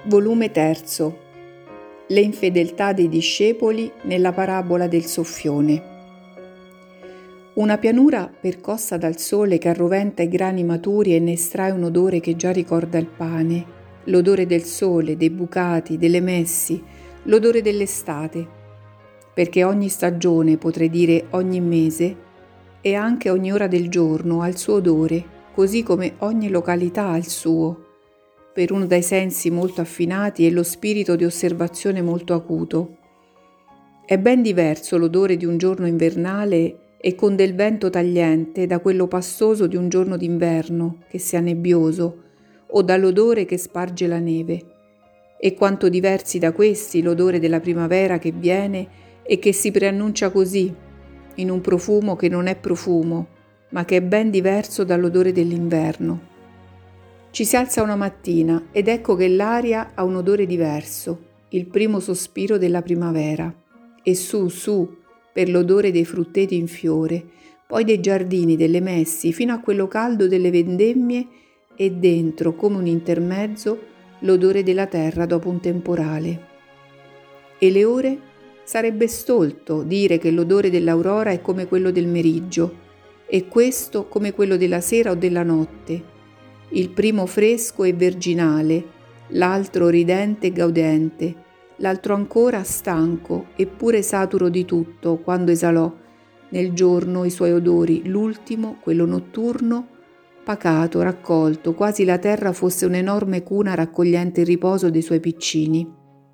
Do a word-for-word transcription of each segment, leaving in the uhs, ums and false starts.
Volume terzo. Le infedeltà dei discepoli nella parabola del soffione. Una pianura percossa dal sole che arroventa i grani maturi e ne estrae un odore che già ricorda il pane, l'odore del sole, dei bucati, delle messi, l'odore dell'estate, perché ogni stagione, potrei dire ogni mese, e anche ogni ora del giorno ha il suo odore, così come ogni località ha il suo, per uno dai sensi molto affinati e lo spirito di osservazione molto acuto. È ben diverso l'odore di un giorno invernale e con del vento tagliente da quello pastoso di un giorno d'inverno che sia nebbioso o dall'odore che sparge la neve. E quanto diversi da questi l'odore della primavera che viene e che si preannuncia così, in un profumo che non è profumo, ma che è ben diverso dall'odore dell'inverno. Ci si alza una mattina ed ecco che l'aria ha un odore diverso, il primo sospiro della primavera, e su, su, per l'odore dei frutteti in fiore, poi dei giardini, delle messi, fino a quello caldo delle vendemmie e dentro, come un intermezzo, l'odore della terra dopo un temporale. E le ore? Sarebbe stolto dire che l'odore dell'aurora è come quello del meriggio, e questo come quello della sera o della notte, il primo fresco e virginale, l'altro ridente e gaudente, l'altro ancora stanco eppure saturo di tutto quando esalò nel giorno i suoi odori, l'ultimo, quello notturno, pacato, raccolto, quasi la terra fosse un'enorme cuna raccogliente il riposo dei suoi piccini.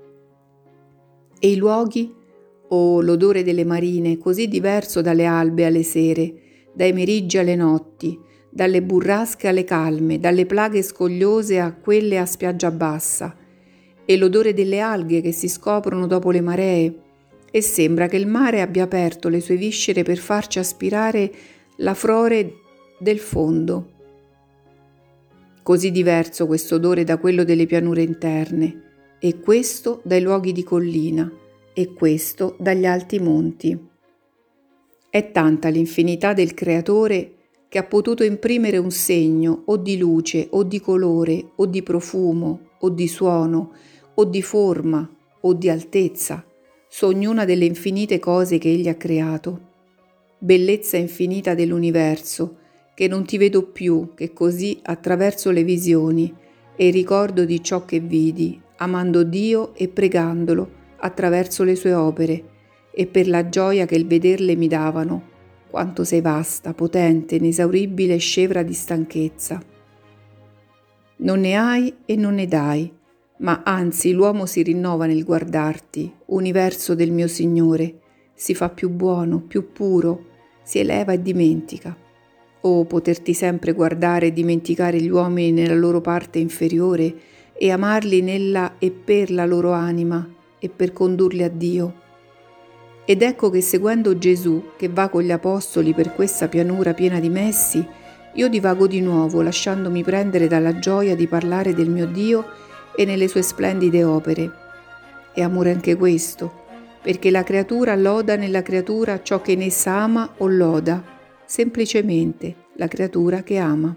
E i luoghi? Oh, l'odore delle marine, così diverso dalle albe alle sere, dai meriggi alle notti, dalle burrasche alle calme, dalle plaghe scogliose a quelle a spiaggia bassa, e l'odore delle alghe che si scoprono dopo le maree, e sembra che il mare abbia aperto le sue viscere per farci aspirare la frore del fondo. Così diverso questo odore da quello delle pianure interne, e questo dai luoghi di collina, e questo dagli alti monti. È tanta l'infinità del Creatore che ha potuto imprimere un segno o di luce o di colore o di profumo o di suono o di forma o di altezza su ognuna delle infinite cose che egli ha creato. Bellezza infinita dell'universo che non ti vedo più che così attraverso le visioni e il ricordo di ciò che vidi, amando Dio e pregandolo attraverso le sue opere e per la gioia che il vederle mi davano. Quanto sei vasta, potente, inesauribile e scevra di stanchezza. Non ne hai e non ne dai, ma anzi l'uomo si rinnova nel guardarti, universo del mio Signore, si fa più buono, più puro, si eleva e dimentica. Oh, poterti sempre guardare e dimenticare gli uomini nella loro parte inferiore e amarli nella e per la loro anima e per condurli a Dio. Ed ecco che seguendo Gesù, che va con gli apostoli per questa pianura piena di messi, io divago di nuovo, lasciandomi prendere dalla gioia di parlare del mio Dio e nelle sue splendide opere. È amore anche questo, perché la creatura loda nella creatura ciò che in essa ama o loda, semplicemente la creatura che ama.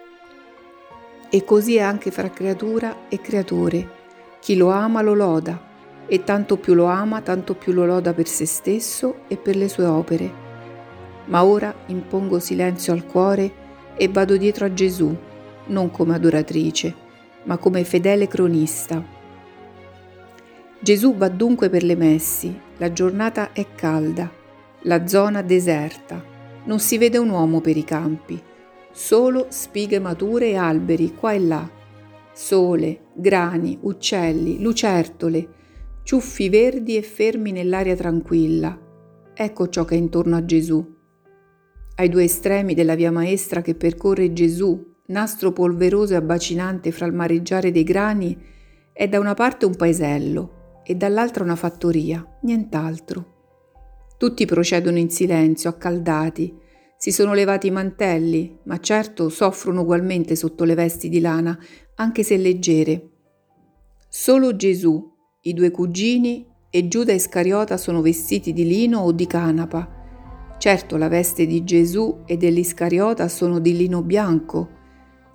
E così è anche fra creatura e creatore. Chi lo ama lo loda, e tanto più lo ama, tanto più lo loda per se stesso e per le sue opere. Ma ora impongo silenzio al cuore e vado dietro a Gesù, non come adoratrice, ma come fedele cronista. Gesù va dunque per le messi, la giornata è calda, la zona deserta, non si vede un uomo per i campi, solo spighe mature e alberi qua e là, sole, grani, uccelli, lucertole, ciuffi verdi e fermi nell'aria tranquilla. Ecco ciò che è intorno a Gesù. Ai due estremi della via maestra che percorre Gesù, nastro polveroso e abbacinante fra il mareggiare dei grani, è da una parte un paesello e dall'altra una fattoria, nient'altro. Tutti procedono in silenzio, accaldati, si sono levati i mantelli, ma certo soffrono ugualmente sotto le vesti di lana, anche se leggere. Solo Gesù, i due cugini e Giuda Iscariota sono vestiti di lino o di canapa. Certo, la veste di Gesù e dell'Iscariota sono di lino bianco,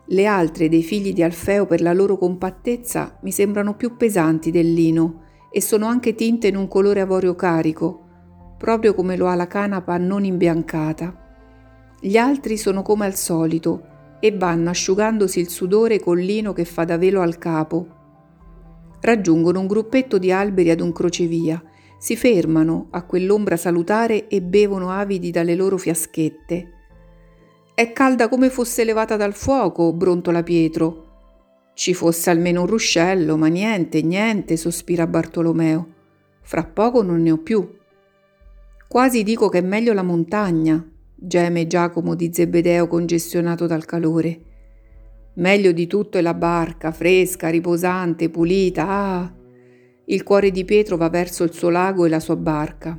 Le altre dei figli di Alfeo per la loro compattezza mi sembrano più pesanti del lino e sono anche tinte in un colore avorio carico, proprio come lo ha la canapa non imbiancata. Gli altri sono come al solito e vanno asciugandosi il sudore col lino che fa da velo al capo. Raggiungono un gruppetto di alberi ad un crocevia, si fermano a quell'ombra salutare e bevono avidi dalle loro fiaschette. «È calda come fosse levata dal fuoco», brontola Pietro. «Ci fosse almeno un ruscello, ma niente, niente», sospira Bartolomeo. «Fra poco non ne ho più». «Quasi dico che è meglio la montagna», geme Giacomo di Zebedeo congestionato dal calore. «Meglio di tutto è la barca, fresca, riposante, pulita, ah!» Il cuore di Pietro va verso il suo lago e la sua barca.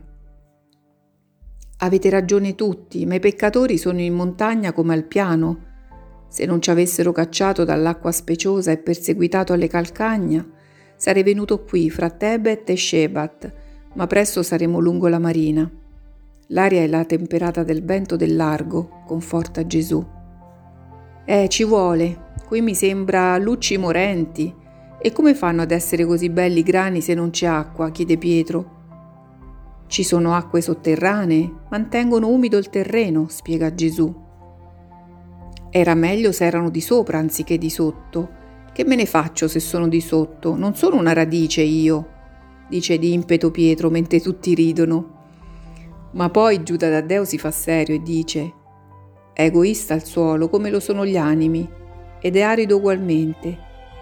«Avete ragione tutti, ma i peccatori sono in montagna come al piano. Se non ci avessero cacciato dall'acqua speciosa e perseguitato alle calcagna, sarei venuto qui fra Tebet e Shebat, ma presto saremo lungo la marina. L'aria è la temperata del vento del largo», conforta Gesù. «Eh, ci vuole, qui mi sembra lucci morenti. E come fanno ad essere così belli i grani se non c'è acqua?» chiede Pietro. «Ci sono acque sotterranee, mantengono umido il terreno», spiega Gesù. «Era meglio se erano di sopra anziché di sotto. Che me ne faccio se sono di sotto? Non sono una radice io», dice di impeto Pietro mentre tutti ridono. Ma poi Giuda Taddeo si fa serio e dice: «È egoista il suolo come lo sono gli animi ed è arido ugualmente.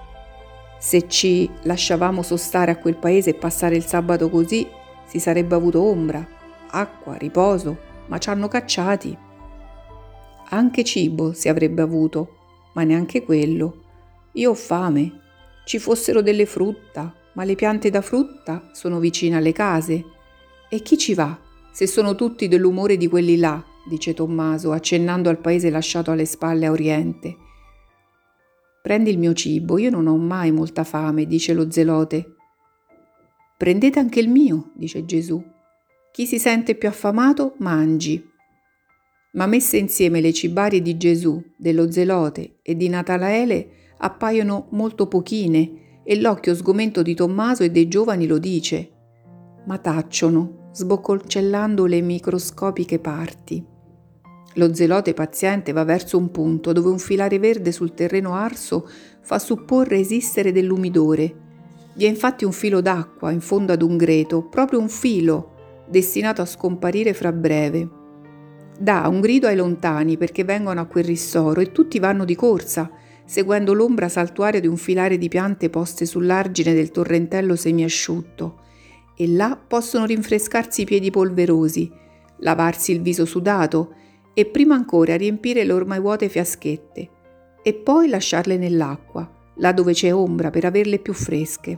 Se ci lasciavamo sostare a quel paese e passare il sabato così, si sarebbe avuto ombra, acqua, riposo, ma ci hanno cacciati. Anche cibo si avrebbe avuto, ma neanche quello. Io ho fame. Ci fossero delle frutta, ma le piante da frutta sono vicine alle case. E chi ci va, se sono tutti dell'umore di quelli là», dice Tommaso, accennando al paese lasciato alle spalle a oriente. «Prendi il mio cibo, io non ho mai molta fame», dice lo zelote. «Prendete anche il mio», dice Gesù. «Chi si sente più affamato, mangi». Ma messe insieme le cibarie di Gesù, dello zelote e di Natanaele appaiono molto pochine e l'occhio sgomento di Tommaso e dei giovani lo dice, ma tacciono, sbocconcellando le microscopiche parti. Lo zelote paziente va verso un punto dove un filare verde sul terreno arso fa supporre esistere dell'umidore. Vi è infatti un filo d'acqua in fondo ad un greto, proprio un filo, destinato a scomparire fra breve. Dà un grido ai lontani perché vengono a quel ristoro e tutti vanno di corsa, seguendo l'ombra saltuaria di un filare di piante poste sull'argine del torrentello semiasciutto. E là possono rinfrescarsi i piedi polverosi, lavarsi il viso sudato e prima ancora riempire le ormai vuote fiaschette e poi lasciarle nell'acqua, là dove c'è ombra per averle più fresche.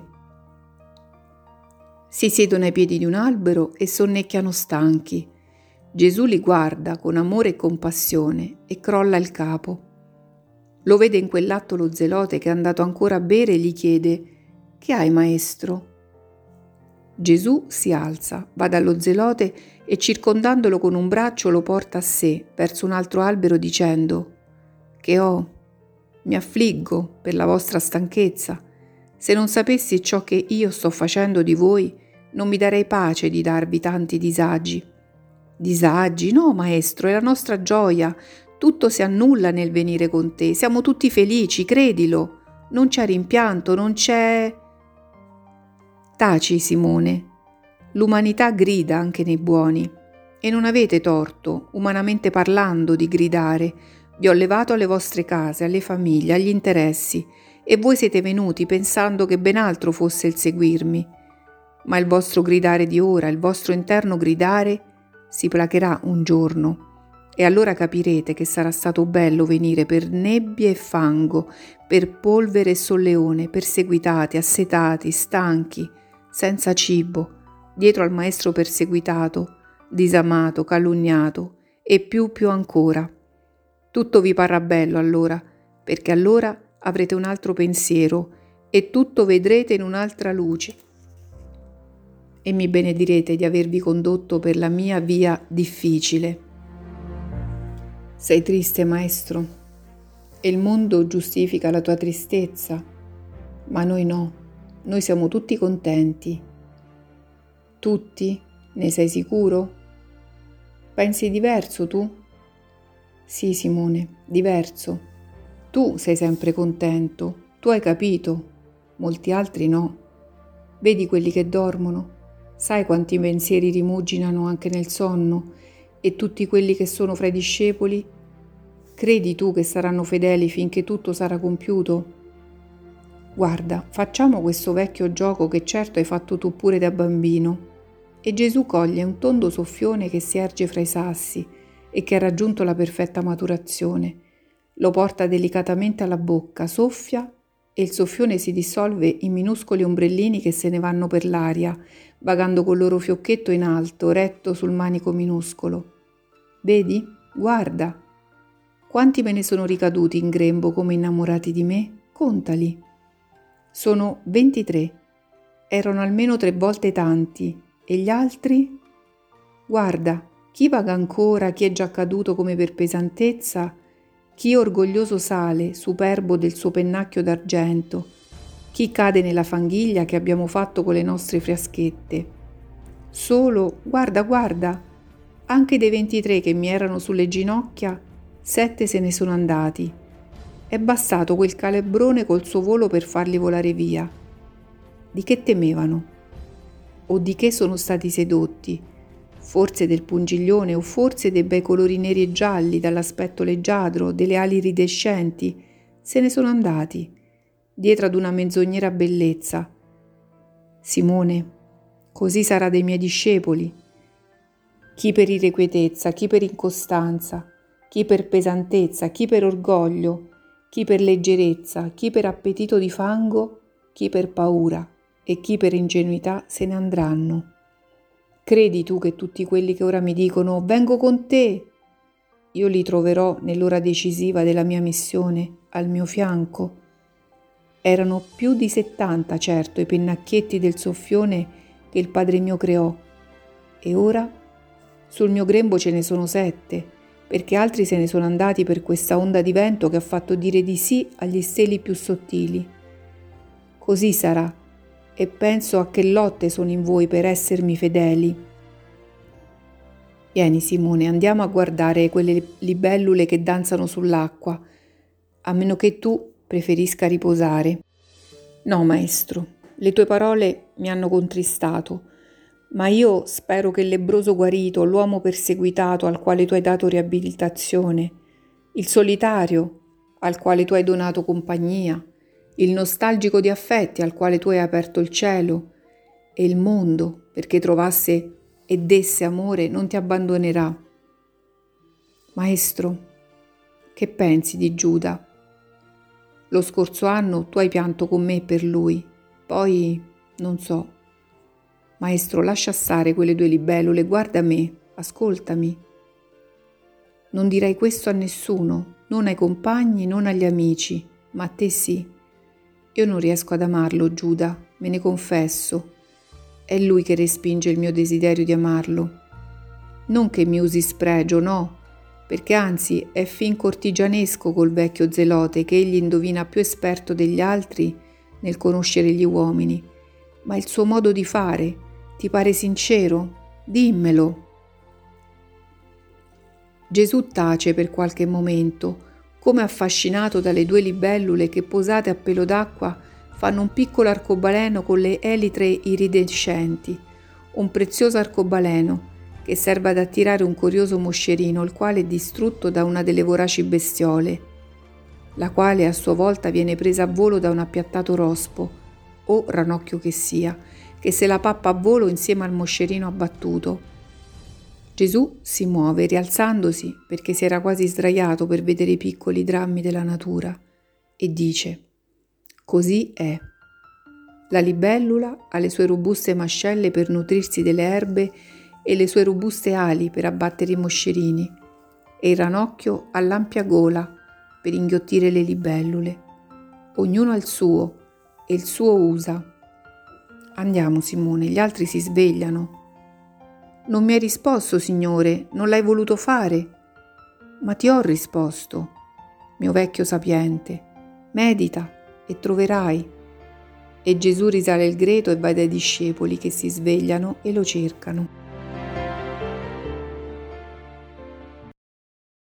Si siedono ai piedi di un albero e sonnecchiano stanchi. Gesù li guarda con amore e compassione e crolla il capo. Lo vede in quell'atto lo zelote che è andato ancora a bere e gli chiede: «Che hai, maestro?» Gesù si alza, va dallo zelote e circondandolo con un braccio lo porta a sé verso un altro albero dicendo: «Che ho? Mi affliggo per la vostra stanchezza. Se non sapessi ciò che io sto facendo di voi, non mi darei pace di darvi tanti disagi». «Disagi? No, maestro, è la nostra gioia. Tutto si annulla nel venire con te. Siamo tutti felici, credilo. Non c'è rimpianto, non c'è...» «Taci, Simone. L'umanità grida anche nei buoni. E non avete torto, umanamente parlando, di gridare. Vi ho levato alle vostre case, alle famiglie, agli interessi, e voi siete venuti pensando che ben altro fosse il seguirmi. Ma il vostro gridare di ora, il vostro interno gridare, si placherà un giorno, e allora capirete che sarà stato bello venire per nebbie e fango, per polvere e solleone, perseguitati, assetati, stanchi, senza cibo, dietro al maestro perseguitato, disamato, calunniato, e più più ancora. Tutto vi parrà bello allora, perché allora avrete un altro pensiero e tutto vedrete in un'altra luce. E mi benedirete di avervi condotto per la mia via difficile». «Sei triste, maestro?» e il mondo giustifica la tua tristezza, ma noi no, noi siamo tutti contenti. Tutti? Ne sei sicuro? Pensi diverso tu? Sì, Simone, diverso. Tu sei sempre contento, tu hai capito, molti altri no. Vedi quelli che dormono? Sai quanti pensieri rimuginano anche nel sonno? E tutti quelli che sono fra i discepoli? Credi tu che saranno fedeli finché tutto sarà compiuto? Guarda, facciamo questo vecchio gioco che certo hai fatto tu pure da bambino. E Gesù coglie un tondo soffione che si erge fra i sassi e che ha raggiunto la perfetta maturazione. Lo porta delicatamente alla bocca, soffia e il soffione si dissolve in minuscoli ombrellini che se ne vanno per l'aria, vagando col loro fiocchetto in alto, retto sul manico minuscolo. Vedi? Guarda! Quanti me ne sono ricaduti in grembo come innamorati di me? Contali. Sono ventitré. Erano almeno tre volte tanti. E gli altri? Guarda, chi vaga ancora, chi è già caduto come per pesantezza, chi orgoglioso sale, superbo del suo pennacchio d'argento, chi cade nella fanghiglia che abbiamo fatto con le nostre fiaschette. Solo, guarda, guarda, anche dei ventitré che mi erano sulle ginocchia, sette se ne sono andati. È bastato quel calebrone col suo volo per farli volare via. Di che temevano? O di che sono stati sedotti? Forse del pungiglione o forse dei bei colori neri e gialli dall'aspetto leggiadro, delle ali iridescenti? Se ne sono andati, dietro ad una menzognera bellezza. Simone, così sarà dei miei discepoli. Chi per irrequietezza, chi per incostanza, chi per pesantezza, chi per orgoglio, chi per leggerezza, chi per appetito di fango, chi per paura e chi per ingenuità se ne andranno. Credi tu che tutti quelli che ora mi dicono «Vengo con te», io li troverò nell'ora decisiva della mia missione al mio fianco? Erano più di settanta, certo, i pennacchietti del soffione che il Padre mio creò. E ora? Sul mio grembo ce ne sono sette, perché altri se ne sono andati per questa onda di vento che ha fatto dire di sì agli steli più sottili. Così sarà. E penso a che lotte sono in voi per essermi fedeli. Vieni Simone, andiamo a guardare quelle libellule che danzano sull'acqua, a meno che tu preferisca riposare. No, maestro, le tue parole mi hanno contristato, ma io spero che il lebbroso guarito, l'uomo perseguitato al quale tu hai dato riabilitazione, il solitario al quale tu hai donato compagnia, il nostalgico di affetti al quale tu hai aperto il cielo e il mondo perché trovasse e desse amore non ti abbandonerà. Maestro, che pensi di Giuda? Lo scorso anno tu hai pianto con me per lui, poi non so. Maestro, lascia stare quelle due libellule, guarda me, ascoltami. Non direi questo a nessuno, non ai compagni, non agli amici, ma a te sì. Io non riesco ad amarlo, Giuda, me ne confesso. È lui che respinge il mio desiderio di amarlo. Non che mi usi spregio, no, perché anzi è fin cortigianesco col vecchio zelote che egli indovina più esperto degli altri nel conoscere gli uomini. Ma il suo modo di fare, ti pare sincero? Dimmelo. Gesù tace per qualche momento, come affascinato dalle due libellule che posate a pelo d'acqua fanno un piccolo arcobaleno con le elitre iridescenti, un prezioso arcobaleno che serve ad attirare un curioso moscerino il quale è distrutto da una delle voraci bestiole, la quale a sua volta viene presa a volo da un appiattato rospo, o ranocchio che sia, che se la pappa a volo insieme al moscerino abbattuto. Gesù si muove rialzandosi perché si era quasi sdraiato per vedere i piccoli drammi della natura e dice: così è. La libellula ha le sue robuste mascelle per nutrirsi delle erbe e le sue robuste ali per abbattere i moscerini, e il ranocchio ha l'ampia gola per inghiottire le libellule. Ognuno ha il suo e il suo usa. Andiamo, Simone, gli altri si svegliano. Non mi hai risposto, Signore, non l'hai voluto fare. Ma ti ho risposto. mio vecchio sapiente, medita e troverai. E Gesù risale il greto e va dai discepoli che si svegliano e lo cercano.